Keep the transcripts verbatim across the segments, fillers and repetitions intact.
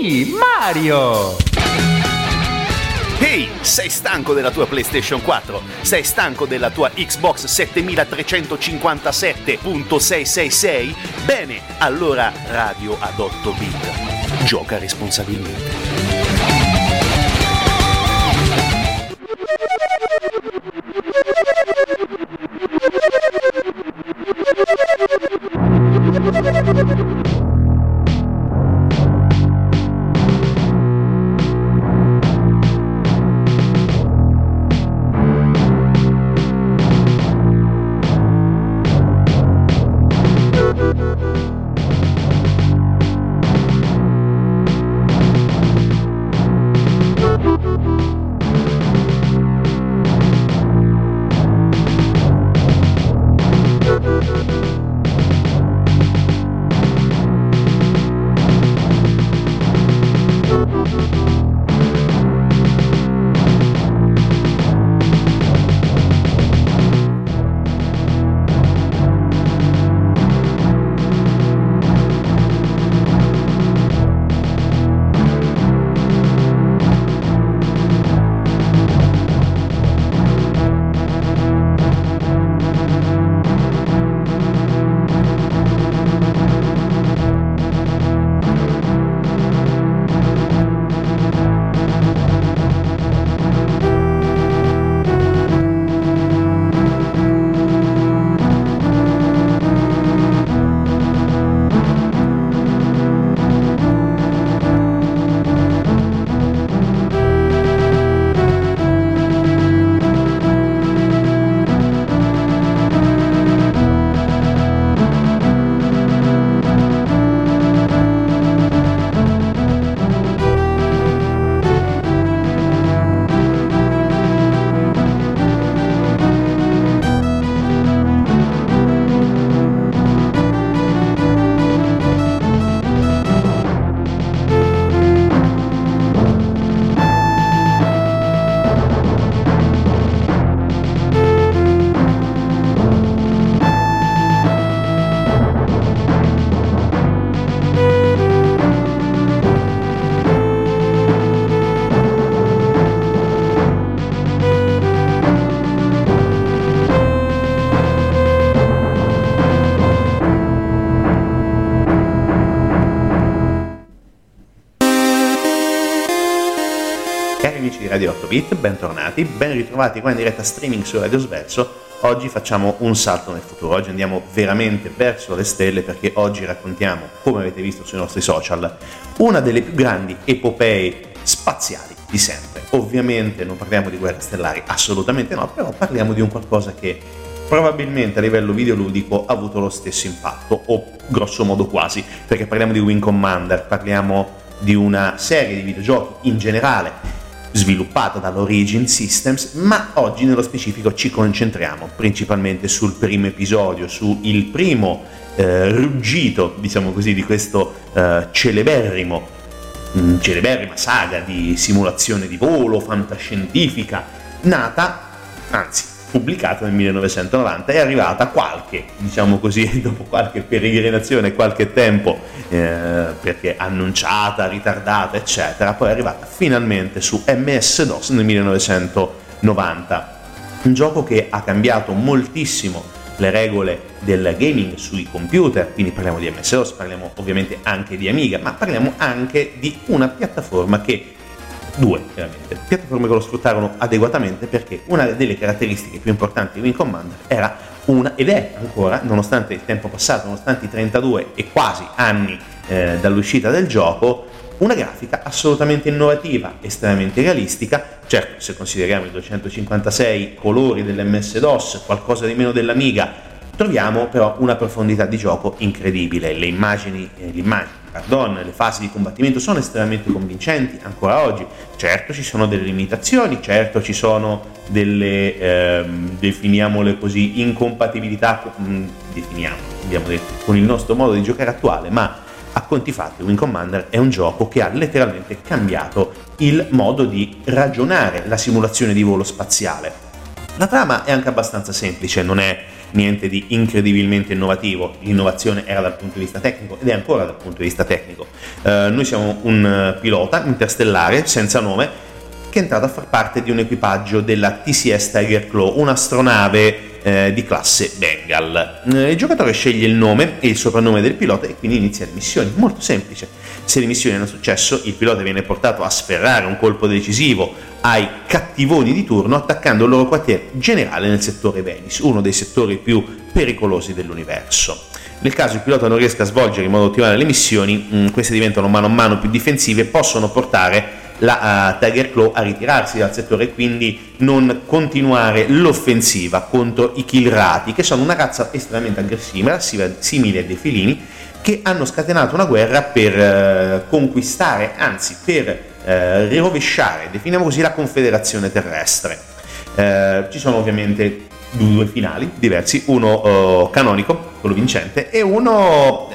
Sì, Mario! Ehi, sei stanco della tua PlayStation quattro? Sei stanco della tua Xbox setemilatrecentocinquantasette punto seicentosessantasei? Bene, allora Radio ad otto bit. Gioca responsabilmente. Radio otto bit, bentornati, ben ritrovati qua in diretta streaming su Radio Sverso. Oggi facciamo un salto nel futuro, oggi andiamo veramente verso le stelle perché oggi raccontiamo, come avete visto sui nostri social, una delle più grandi epopee spaziali di sempre. Ovviamente non parliamo di guerre stellari, assolutamente no, però parliamo di un qualcosa che probabilmente a livello videoludico ha avuto lo stesso impatto, o grosso modo quasi, perché parliamo di Wing Commander, parliamo di una serie di videogiochi in generale sviluppata dall'Origin Systems, ma oggi nello specifico ci concentriamo principalmente sul primo episodio, su il primo eh, ruggito, diciamo così, di questo eh, celeberrimo, mh, celeberrima saga di simulazione di volo fantascientifica, nata, anzi pubblicata nel millenovecentonovanta, è arrivata qualche, diciamo così, dopo qualche peregrinazione, qualche tempo, eh, perché annunciata, ritardata, eccetera, poi è arrivata finalmente su M S DOS nel millenovecentonovanta. Un gioco che ha cambiato moltissimo le regole del gaming sui computer, quindi parliamo di M S DOS, parliamo ovviamente anche di Amiga, ma parliamo anche di una piattaforma che Due, veramente, piattaforme che lo sfruttarono adeguatamente, perché una delle caratteristiche più importanti di Wing Commander era una, ed è ancora, nonostante il tempo passato, nonostante i trentadue e quasi anni eh, dall'uscita del gioco, una grafica assolutamente innovativa, estremamente realistica. Certo, se consideriamo i duecentocinquantasei colori dell'M S DOS, qualcosa di meno dell'Amiga, troviamo però una profondità di gioco incredibile. Le immagini, eh, l'immagine Pardon, le fasi di combattimento sono estremamente convincenti ancora oggi. Certo ci sono delle limitazioni, certo ci sono delle, ehm, definiamole così, incompatibilità, mh, definiamo, abbiamo detto, con il nostro modo di giocare attuale, ma a conti fatti Wing Commander è un gioco che ha letteralmente cambiato il modo di ragionare la simulazione di volo spaziale. La trama è anche abbastanza semplice, non è niente di incredibilmente innovativo, l'innovazione era dal punto di vista tecnico ed è ancora dal punto di vista tecnico. Uh, noi siamo un pilota interstellare senza nome che è entrato a far parte di un equipaggio della T C S Tiger Claw, un'astronave eh, di classe Bengal. Eh, il giocatore sceglie il nome e il soprannome del pilota e quindi inizia le missioni. Molto semplice. Se le missioni hanno successo, il pilota viene portato a sferrare un colpo decisivo ai cattivoni di turno attaccando il loro quartier generale nel settore Venice, uno dei settori più pericolosi dell'universo. Nel caso il pilota non riesca a svolgere in modo ottimale le missioni, mh, queste diventano mano a mano più difensive e possono portare la uh, Tiger Claw a ritirarsi dal settore e quindi non continuare l'offensiva contro i Kilrati, che sono una razza estremamente aggressiva, simile ai dei felini, che hanno scatenato una guerra per uh, conquistare, anzi per uh, rovesciare, definiamo così, la Confederazione Terrestre. Uh, ci sono ovviamente due finali diversi, uno uh, canonico, quello vincente, e uno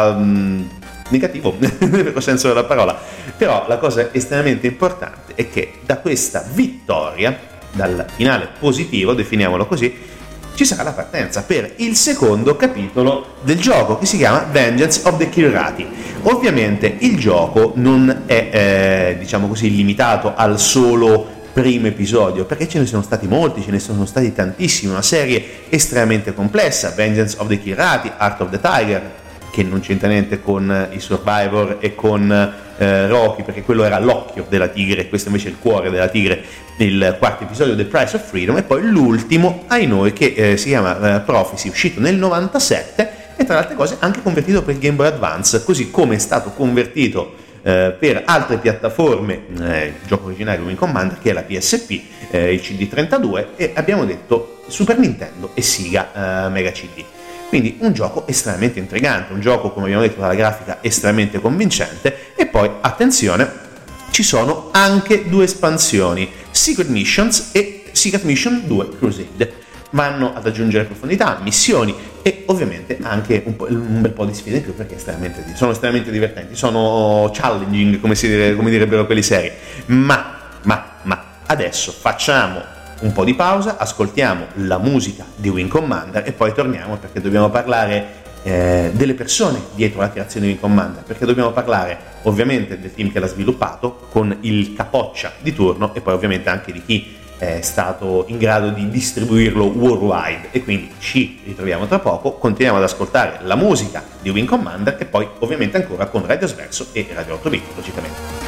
uh, negativo, nel senso della parola. Però la cosa estremamente importante è che da questa vittoria, dal finale positivo, definiamolo così, ci sarà la partenza per il secondo capitolo del gioco, che si chiama Vengeance of the Kilrati. Ovviamente il gioco non è, eh, diciamo così, limitato al solo primo episodio, perché ce ne sono stati molti, ce ne sono stati tantissimi, una serie estremamente complessa. Vengeance of the Kilrati, Heart of the Tiger, che non c'entra niente con i Survivor e con eh, Rocky, perché quello era l'occhio della tigre e questo invece è il cuore della tigre, il quarto episodio, The Price of Freedom, e poi l'ultimo, ai noi, che eh, si chiama eh, Prophecy, uscito nel novantasette e tra le altre cose anche convertito per Game Boy Advance, così come è stato convertito eh, per altre piattaforme eh, il gioco originale Wing Commander, che è la P S P, eh, il C D trentadue, e abbiamo detto Super Nintendo e Sega eh, Mega C D. Quindi un gioco estremamente intrigante, un gioco, come abbiamo detto, dalla grafica estremamente convincente. E poi, attenzione, ci sono anche due espansioni, Secret Missions e Secret Mission due Crusade. Vanno ad aggiungere profondità, missioni e ovviamente anche un, po', un bel po' di sfide in più, perché estremamente, sono estremamente divertenti, sono challenging, come, si dire, come direbbero quelli seri. Ma, ma, ma, adesso facciamo un po' di pausa, ascoltiamo la musica di Wing Commander e poi torniamo, perché dobbiamo parlare eh, delle persone dietro la creazione di Wing Commander, perché dobbiamo parlare ovviamente del team che l'ha sviluppato con il capoccia di turno e poi ovviamente anche di chi è stato in grado di distribuirlo worldwide. E quindi ci ritroviamo tra poco, continuiamo ad ascoltare la musica di Wing Commander e poi ovviamente ancora con Radio Sverso e Radio otto bit, logicamente.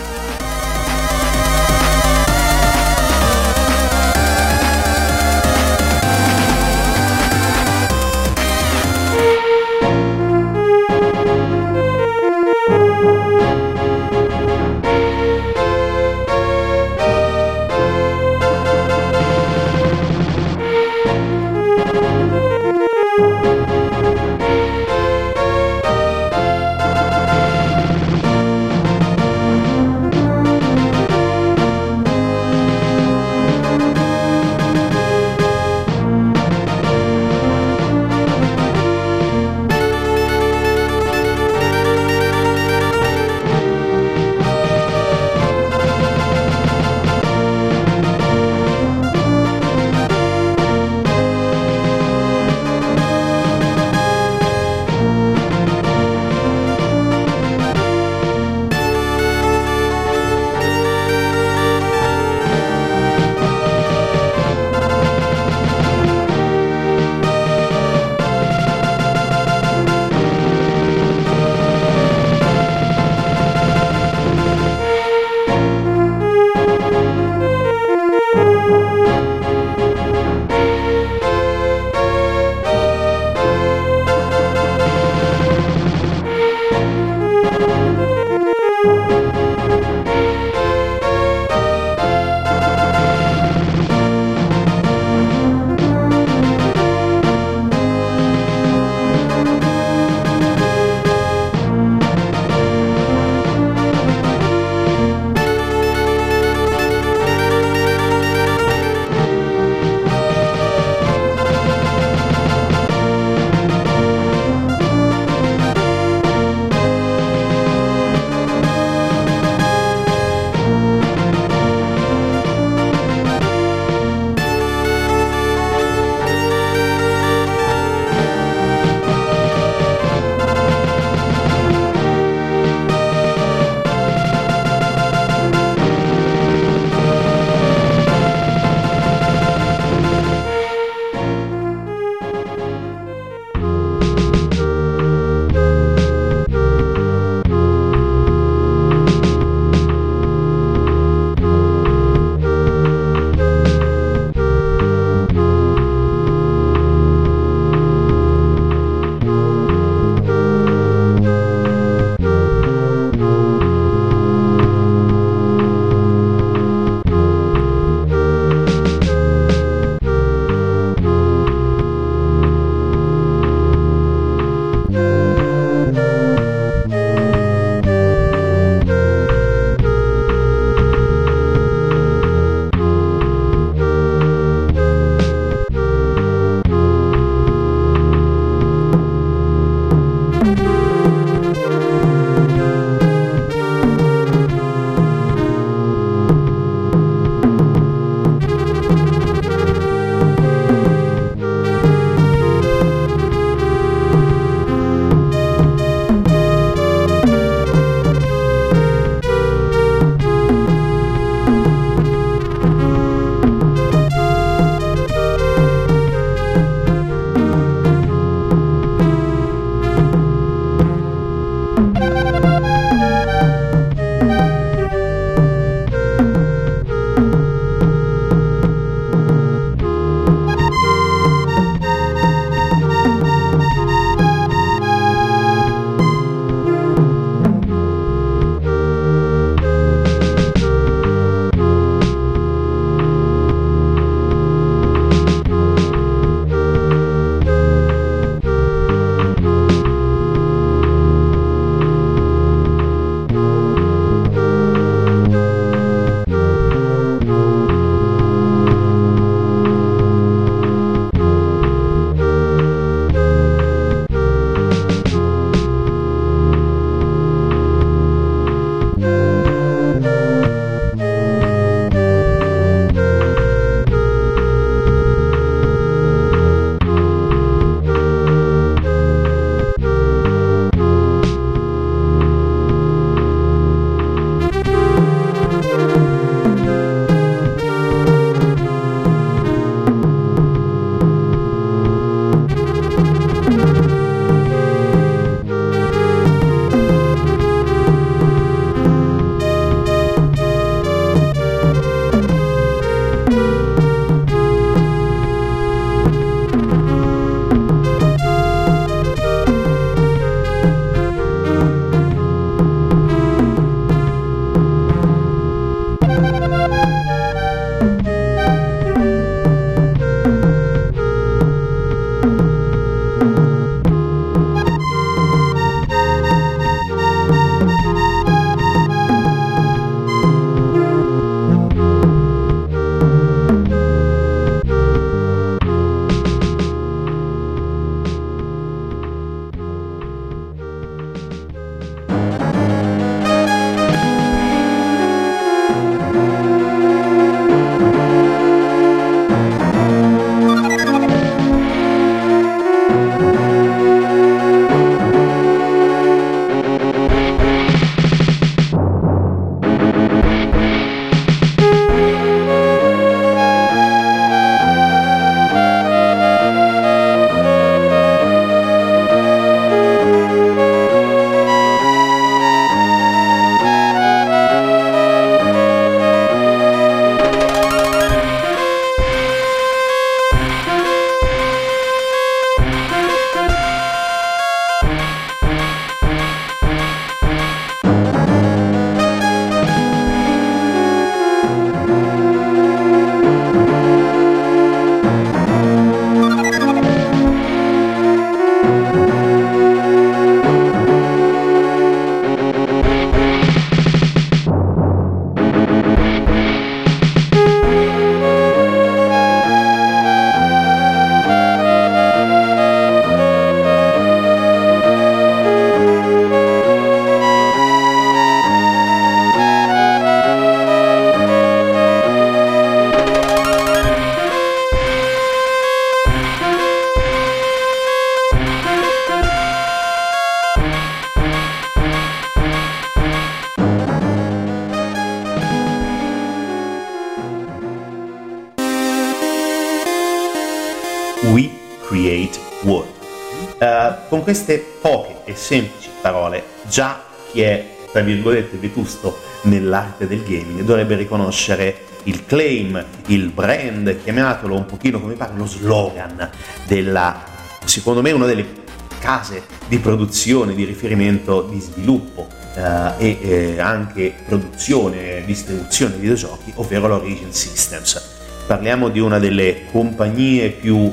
con queste poche e semplici parole, già chi è, tra virgolette, vetusto nell'arte del gaming dovrebbe riconoscere il claim, il brand, chiamatelo un pochino come pare, lo slogan della, secondo me, una delle case di produzione, di riferimento, di sviluppo eh, e eh, anche produzione e distribuzione di videogiochi, ovvero l'Origin Systems. Parliamo di una delle compagnie più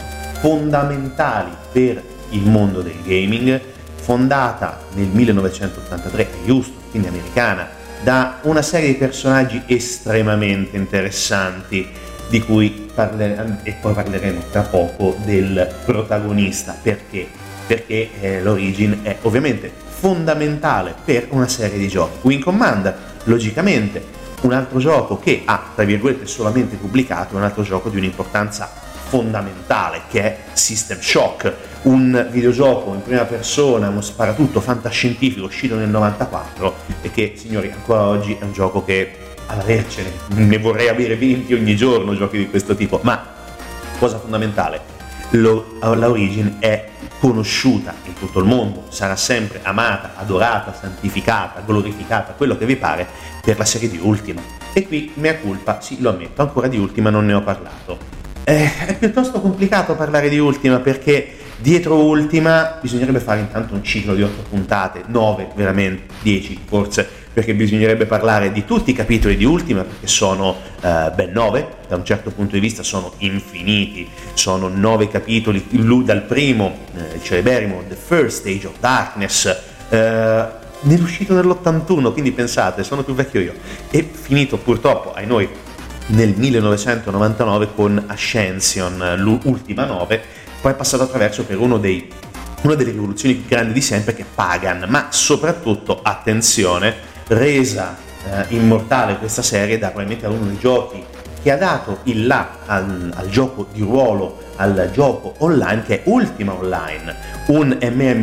fondamentali per il mondo del gaming, fondata nel millenovecentottantatré a Houston, quindi americana, da una serie di personaggi estremamente interessanti, di cui parleremo, e poi parleremo tra poco del protagonista. Perché? Perché eh, l'Origin è ovviamente fondamentale per una serie di giochi. Wing Commander, logicamente, un altro gioco che ha, tra virgolette, solamente pubblicato, un altro gioco di un'importanza fondamentale, che è System Shock, un videogioco in prima persona, uno sparatutto fantascientifico uscito nel novantaquattro e che, signori, ancora oggi è un gioco che ad avercene ne vorrei avere venti ogni giorno, giochi di questo tipo. Ma cosa fondamentale, lo, l'Origin è conosciuta in tutto il mondo, sarà sempre amata, adorata, santificata, glorificata, quello che vi pare, per la serie di Ultima. E qui, mea culpa, sì, lo ammetto, ancora di Ultima non ne ho parlato. Eh, è piuttosto complicato parlare di Ultima, perché dietro Ultima bisognerebbe fare intanto un ciclo di otto puntate, nove veramente, dieci forse, perché bisognerebbe parlare di tutti i capitoli di Ultima, perché sono eh, ben nove, da un certo punto di vista sono infiniti, sono nove capitoli, dal primo, eh, il celeberrimo The First Stage of Darkness, eh, nell'uscito dell'ottantuno, quindi pensate, sono più vecchio io, e finito purtroppo, ai noi, nel millenovecentonovantanove con Ascension, l'ultima nove, poi è passato attraverso per uno dei, una delle rivoluzioni più grandi di sempre, che è Pagan, ma soprattutto, attenzione, resa eh, immortale questa serie da probabilmente uno dei giochi che ha dato il là al, al gioco di ruolo, al gioco online, che è Ultima Online, un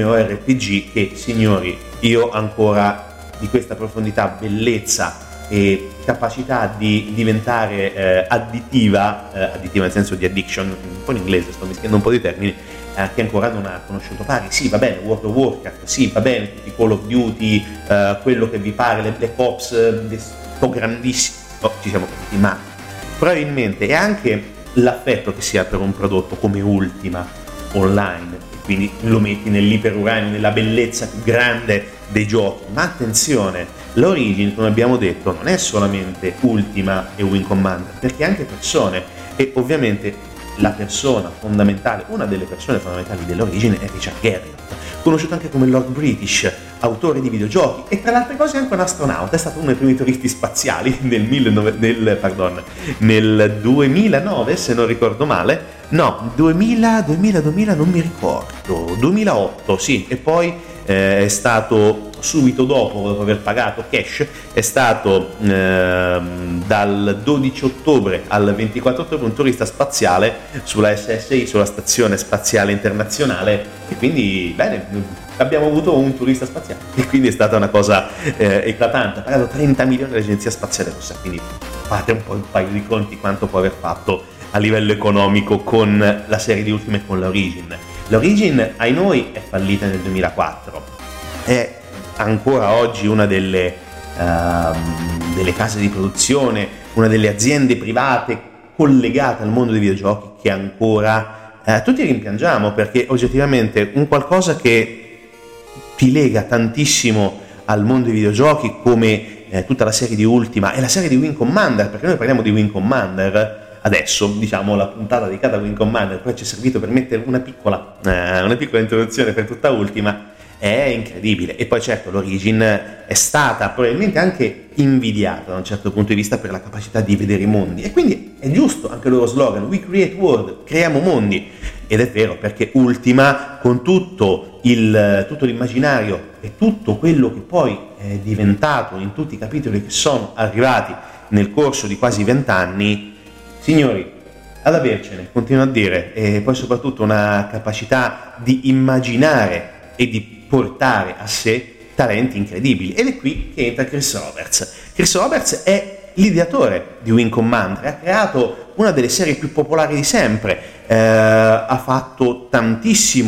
MMORPG che, signori, io ancora di questa profondità, bellezza e capacità di diventare eh, additiva, eh, additiva nel senso di addiction, un po' in inglese, sto mischiando un po' di termini, eh, che ancora non ha conosciuto pari. Sì, va bene, World of Warcraft, sì, va bene, tutti Call of Duty, eh, quello che vi pare, le Black Ops, eh, sto grandissimo, oh, ci siamo capiti, ma probabilmente è anche l'affetto che si ha per un prodotto come Ultima Online, e quindi lo metti nell'iperuranio, nella bellezza più grande dei giochi. Ma attenzione, l'Origin, come abbiamo detto, non è solamente Ultima e Wing Commander, perché anche persone, e ovviamente la persona fondamentale, una delle persone fondamentali dell'Origin è Richard Garriott, conosciuto anche come Lord British, autore di videogiochi e tra le altre cose anche un astronauta. È stato uno dei primi turisti spaziali nel, millenovecento, nel, pardon, nel duemilanove, se non ricordo male, no, duemila, duemila, duemila, non mi ricordo, duemilaotto, sì, e poi eh, è stato subito dopo, dopo aver pagato cash, è stato eh, dal dodici ottobre al ventiquattro ottobre un turista spaziale sulla S S I, sulla Stazione Spaziale Internazionale, e quindi bene, abbiamo avuto un turista spaziale, e quindi è stata una cosa eh, eclatante. Ha pagato trenta milioni all'Agenzia Spaziale Russa, quindi fate un po' un paio di conti quanto può aver fatto a livello economico con la serie di Ultima e con l'Origin. L'Origin, ai noi, è fallita nel duemilaquattro, è ancora oggi una delle, uh, delle case di produzione, una delle aziende private collegate al mondo dei videogiochi che ancora uh, tutti rimpiangiamo, perché oggettivamente un qualcosa che ti lega tantissimo al mondo dei videogiochi, come eh, tutta la serie di Ultima e la serie di Wing Commander, perché noi parliamo di Wing Commander adesso, diciamo la puntata dedicata a Wing Commander, poi ci è servito per mettere una piccola, eh, una piccola introduzione per tutta Ultima. È incredibile. E poi certo l'Origin è stata probabilmente anche invidiata da un certo punto di vista per la capacità di vedere i mondi, e quindi è giusto anche il loro slogan, We Create World, creiamo mondi. Ed è vero, perché Ultima, con tutto il tutto l'immaginario e tutto quello che poi è diventato in tutti i capitoli che sono arrivati nel corso di quasi vent'anni, signori, ad avercene, continuo a dire, e poi soprattutto una capacità di immaginare e di portare a sé talenti incredibili. Ed è qui che entra Chris Roberts. Chris Roberts è l'ideatore di Wing Commander, ha creato una delle serie più popolari di sempre, eh, ha fatto tantissimo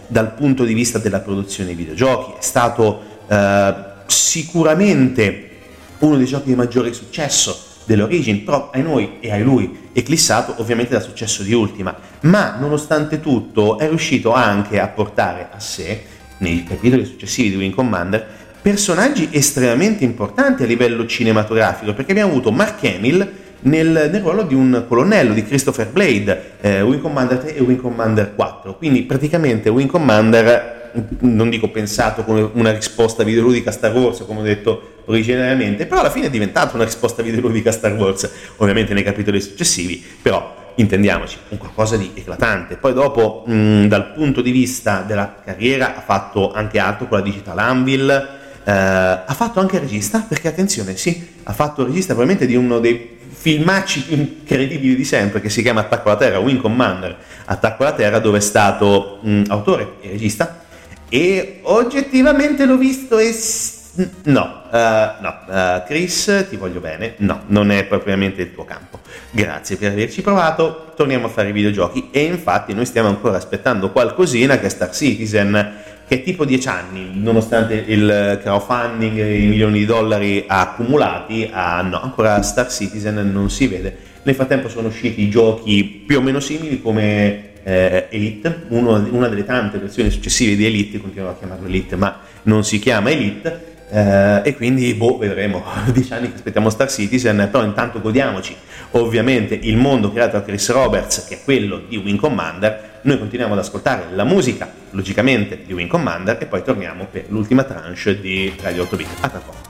dal punto di vista della produzione di videogiochi, è stato eh, sicuramente uno dei giochi di maggiore successo dell'Origin, però ai noi e a lui eclissato ovviamente dal successo di Ultima, ma nonostante tutto è riuscito anche a portare a sé, nei capitoli successivi di Wing Commander, personaggi estremamente importanti a livello cinematografico, perché abbiamo avuto Mark Hamill nel, nel ruolo di un colonnello, di Christopher Blade, eh, Wing Commander tre e Wing Commander quattro, quindi praticamente Wing Commander, non dico pensato come una risposta videoludica a Star Wars, come ho detto originariamente, però alla fine è diventata una risposta videoludica a Star Wars, ovviamente nei capitoli successivi, però intendiamoci, un qualcosa di eclatante. Poi dopo, mh, dal punto di vista della carriera, ha fatto anche altro con la Digital Anvil, eh, ha fatto anche regista, perché attenzione, sì, ha fatto regista probabilmente di uno dei filmacci più incredibili di sempre, che si chiama Attacco alla Terra, Wing Commander Attacco alla Terra, dove è stato mh, autore e regista, e oggettivamente l'ho visto e no, uh, no, uh, Chris, ti voglio bene, no, non è propriamente il tuo campo, grazie per averci provato, torniamo a fare i videogiochi. E infatti noi stiamo ancora aspettando qualcosina, che è Star Citizen, che è tipo dieci anni, nonostante il crowdfunding e i milioni di dollari accumulati, ah, no, ancora Star Citizen non si vede. Nel frattempo sono usciti giochi più o meno simili come Eh, Elite, uno, una delle tante versioni successive di Elite, continuiamo a chiamarlo Elite ma non si chiama Elite, eh, e quindi boh, vedremo. Dieci anni che aspettiamo Star Citizen, però intanto godiamoci ovviamente il mondo creato da Chris Roberts, che è quello di Wing Commander. Noi continuiamo ad ascoltare la musica logicamente di Wing Commander e poi torniamo per l'ultima tranche di Radio otto bit. A tra poco.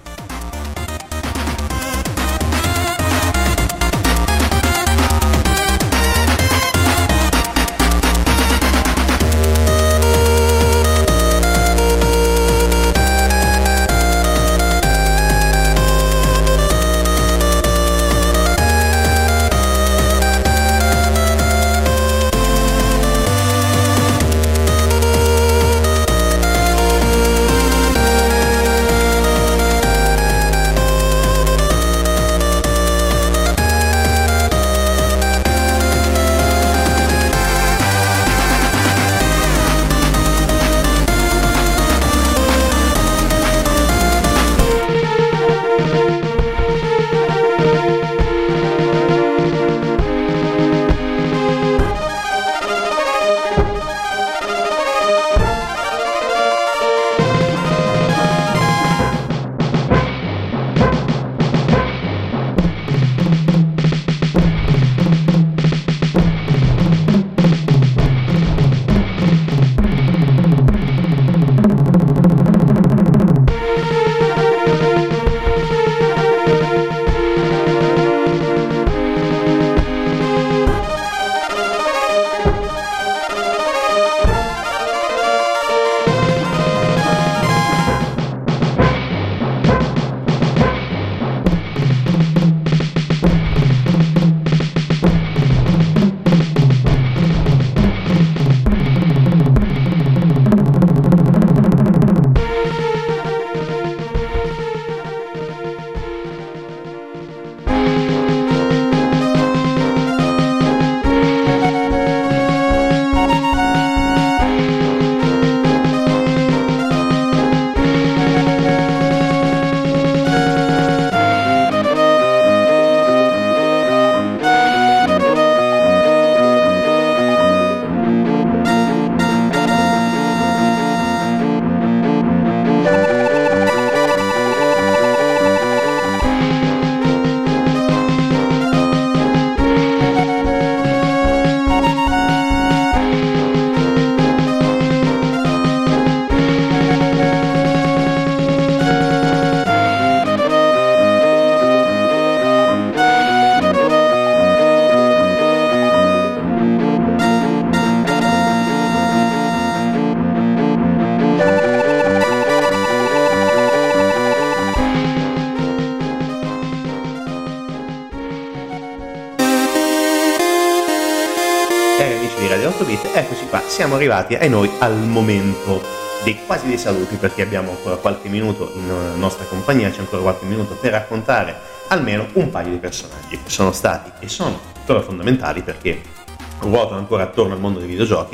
otto bit, eccoci qua, siamo arrivati ai noi al momento dei quasi dei saluti, perché abbiamo ancora qualche minuto in nostra compagnia, c'è ancora qualche minuto per raccontare almeno un paio di personaggi che sono stati e sono tuttora fondamentali perché ruotano ancora attorno al mondo dei videogiochi,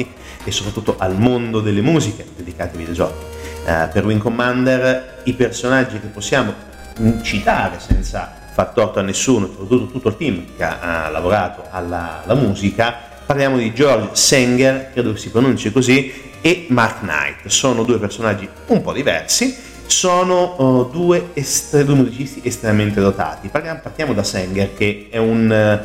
e soprattutto al mondo delle musiche dedicate ai videogiochi. Uh, per Wing Commander i personaggi che possiamo citare senza far torto a nessuno, soprattutto tutto il team che ha, ha lavorato alla, alla musica, parliamo di George Sanger, credo che si pronunci così, e Mark Knight. Sono due personaggi un po' diversi, sono uh, due, est- due musicisti estremamente dotati. Parliamo, partiamo da Sanger, che è un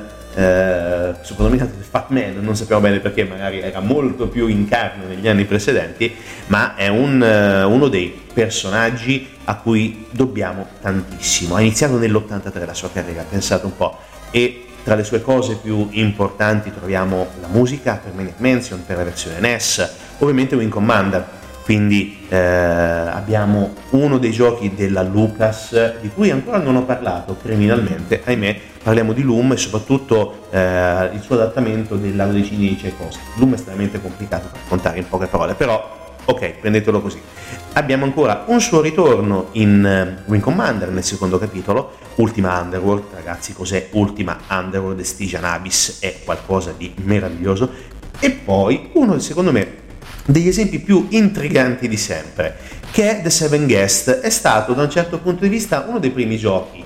Uh, soprannominato The Fat Man, non sappiamo bene perché, magari era molto più in carne negli anni precedenti, ma è un, uh, uno dei personaggi a cui dobbiamo tantissimo. Ha iniziato nell'ottantatré la sua carriera, pensate un po', e tra le sue cose più importanti troviamo la musica per Maniac Mansion, per la versione N E S, ovviamente Wing Commander. Quindi eh, abbiamo uno dei giochi della Lucas di cui ancora non ho parlato criminalmente, ahimè. Parliamo di Loom e soprattutto eh, il suo adattamento dell'Aro dei Cigni di Tchaikovsky. Loom è estremamente complicato da raccontare in poche parole, però ok, prendetelo così. Abbiamo ancora un suo ritorno in uh, Wing Commander nel secondo capitolo, Ultima Underworld. Ragazzi, cos'è Ultima Underworld e Stygian Abyss? È qualcosa di meraviglioso. E poi uno, secondo me, degli esempi più intriganti di sempre, che è The Seven Guest. È stato da un certo punto di vista uno dei primi giochi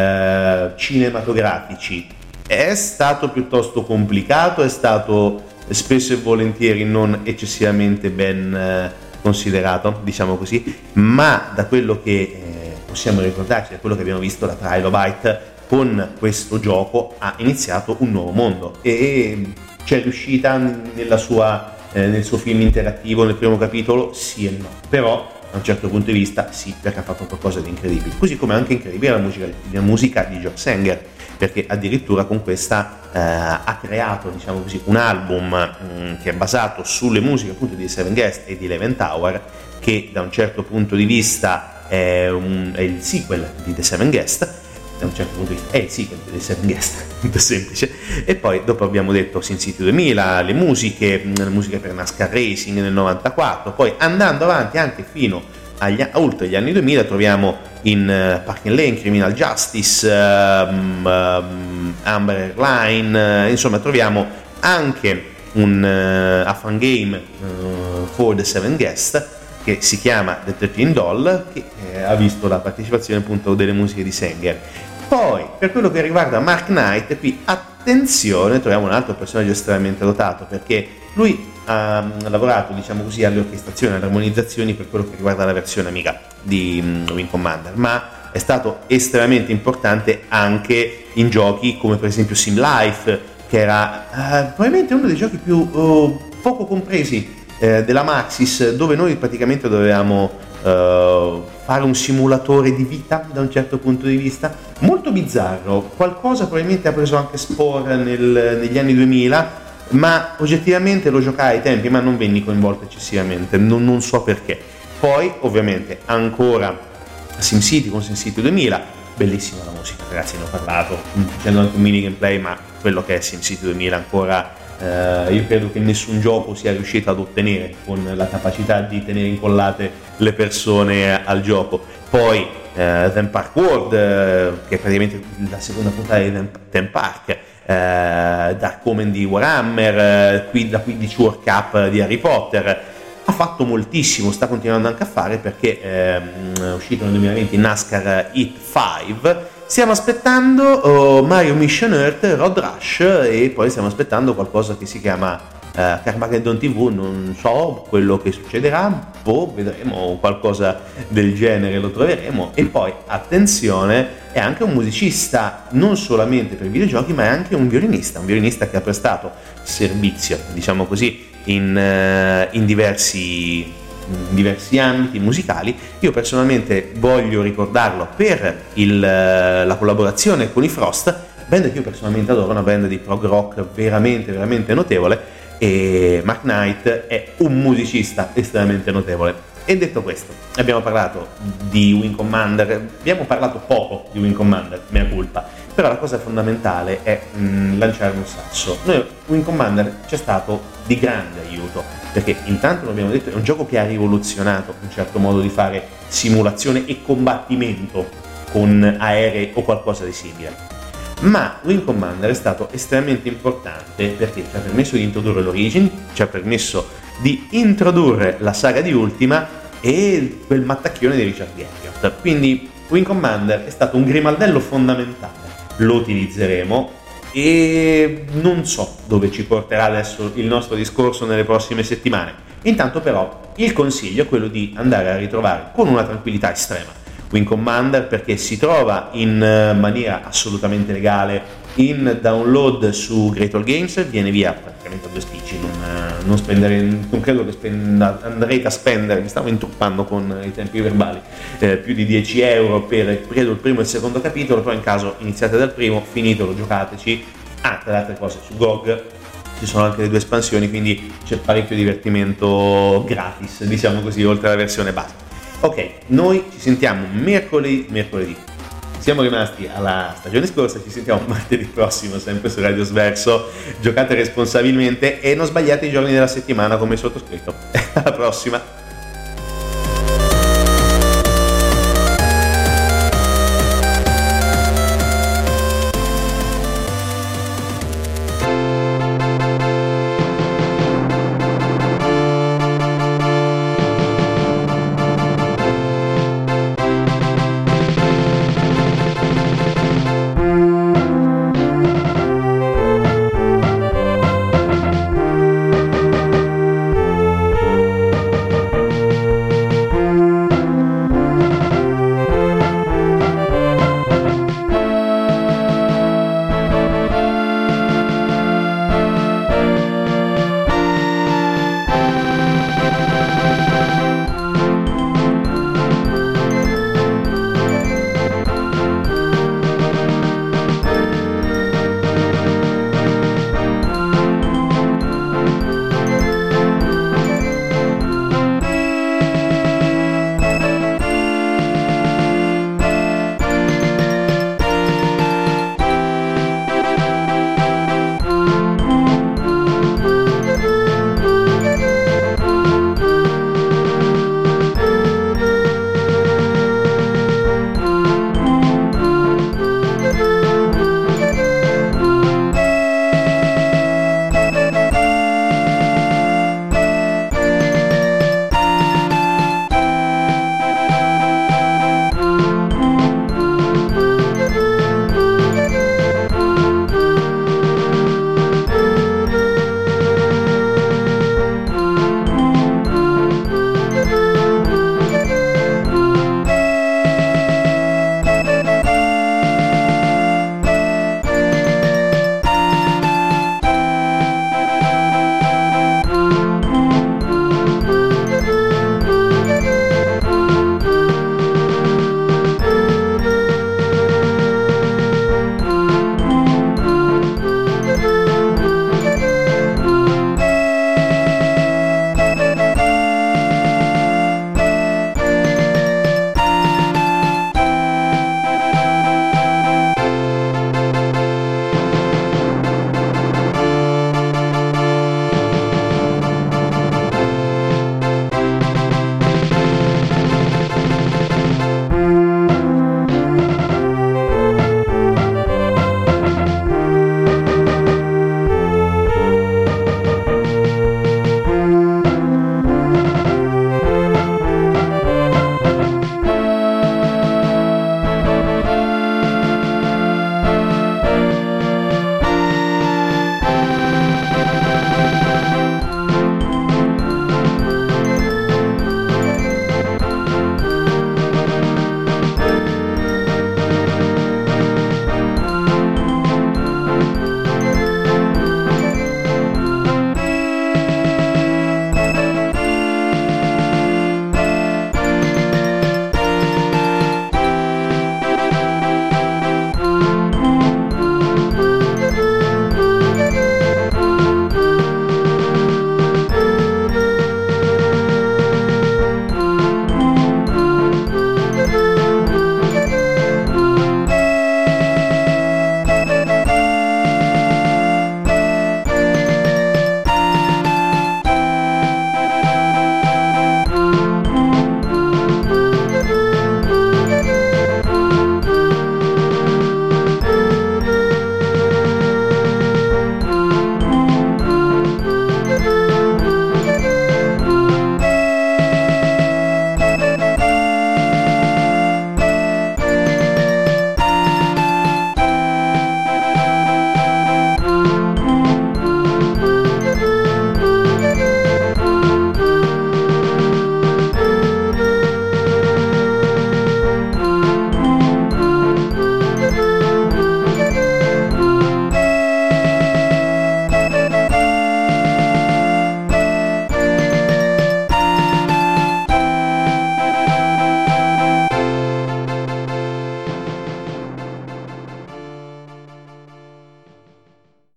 eh, cinematografici. È stato piuttosto complicato, è stato spesso e volentieri non eccessivamente ben eh, considerato, diciamo così, ma da quello che eh, possiamo ricordarci, da quello che abbiamo visto da Trilobite, con questo gioco ha iniziato un nuovo mondo e c'è riuscita nella sua Eh, nel suo film interattivo nel primo capitolo, sì e no, però da un certo punto di vista sì, perché ha fatto qualcosa di incredibile, così come anche incredibile la musica, la musica di George Sanger, perché addirittura con questa eh, ha creato, diciamo così, un album mh, che è basato sulle musiche appunto di Seven Guest e di Eleven Tower, che da un certo punto di vista è, un, è il sequel di The Seven Guest. Da un certo punto di vista è il sequel dei Seven Guest, molto semplice. E poi dopo abbiamo detto SimCity duemila, le musiche, le musiche per NASCAR Racing nel novantaquattro, poi andando avanti anche fino agli, oltre gli anni duemila troviamo in uh, Parking Lane, Criminal Justice, um, um, Amber Line, uh, insomma troviamo anche un uh, a fan game uh, for the Seven Guest che si chiama The thirteen Doll, che eh, ha visto la partecipazione appunto delle musiche di Sanger. Poi, per quello che riguarda Mark Knight, qui attenzione, troviamo un altro personaggio estremamente dotato, perché lui ha lavorato, diciamo così, alle orchestrazioni, alle armonizzazioni per quello che riguarda la versione Amiga di um, Wing Commander, ma è stato estremamente importante anche in giochi come per esempio Sim Life, che era uh, probabilmente uno dei giochi più uh, poco compresi uh, della Maxis, dove noi praticamente dovevamo Uh, fare un simulatore di vita da un certo punto di vista, molto bizzarro, qualcosa probabilmente ha preso anche Spore nel, negli anni duemila, ma oggettivamente lo giocai ai tempi, ma non venni coinvolto eccessivamente, non, non so perché. Poi ovviamente ancora SimCity con SimCity duemila, bellissima la musica, ragazzi, ne ho parlato, facendo anche un mini gameplay, ma quello che è SimCity duemila ancora Uh, io credo che nessun gioco sia riuscito ad ottenere con la capacità di tenere incollate le persone al gioco. Poi uh, Theme Park World, uh, che è praticamente la seconda puntata di Theme Park, uh, Dark Omen di Warhammer, uh, qui, la quindici World Cup di Harry Potter. Ha fatto moltissimo, sta continuando anche a fare, perché um, è uscito nel duemilaventi NASCAR Heat cinque. Stiamo aspettando oh, Mario Mission Earth, Road Rush, e poi stiamo aspettando qualcosa che si chiama uh, Carmageddon tivù, non so quello che succederà, boh, vedremo, qualcosa del genere lo troveremo. E poi, attenzione, è anche un musicista, non solamente per i videogiochi, ma è anche un violinista, un violinista che ha prestato servizio, diciamo così, in, uh, in diversi... in diversi ambiti musicali. Io personalmente voglio ricordarlo per il, la collaborazione con i Frost, band che io personalmente adoro, una band di prog rock veramente veramente notevole, e Mark Knight è un musicista estremamente notevole. E detto questo, abbiamo parlato di Wing Commander, abbiamo parlato poco di Wing Commander, mea culpa, però la cosa fondamentale è mh, lanciare un sasso. Noi Wing Commander ci è stato di grande aiuto, perché intanto, lo abbiamo detto, è un gioco che ha rivoluzionato un certo modo di fare simulazione e combattimento con aerei o qualcosa di simile. Ma Wing Commander è stato estremamente importante perché ci ha permesso di introdurre l'origin, ci ha permesso di introdurre la saga di Ultima e quel mattacchione di Richard Garriott. Quindi Wing Commander è stato un grimaldello fondamentale, lo utilizzeremo e non so dove ci porterà adesso il nostro discorso nelle prossime settimane. Intanto però il consiglio è quello di andare a ritrovare con una tranquillità estrema Wing Commander, perché si trova in maniera assolutamente legale in download su Great All Games, viene via praticamente a due spicci, non, non, spendere, non credo che spenda, andrete a spendere, mi stavo intruppando con i tempi verbali, eh, più di dieci euro per credo il primo e il secondo capitolo, però in caso iniziate dal primo, finitelo, giocateci. Ah, tra le altre cose su G O G ci sono anche le due espansioni, quindi c'è parecchio divertimento gratis, diciamo così, oltre alla versione base. Ok, noi ci sentiamo mercoledì, mercoledì. Siamo rimasti alla stagione scorsa, ci sentiamo martedì prossimo, sempre su Radio Sverso. Giocate responsabilmente e non sbagliate i giorni della settimana come sottoscritto. Alla prossima!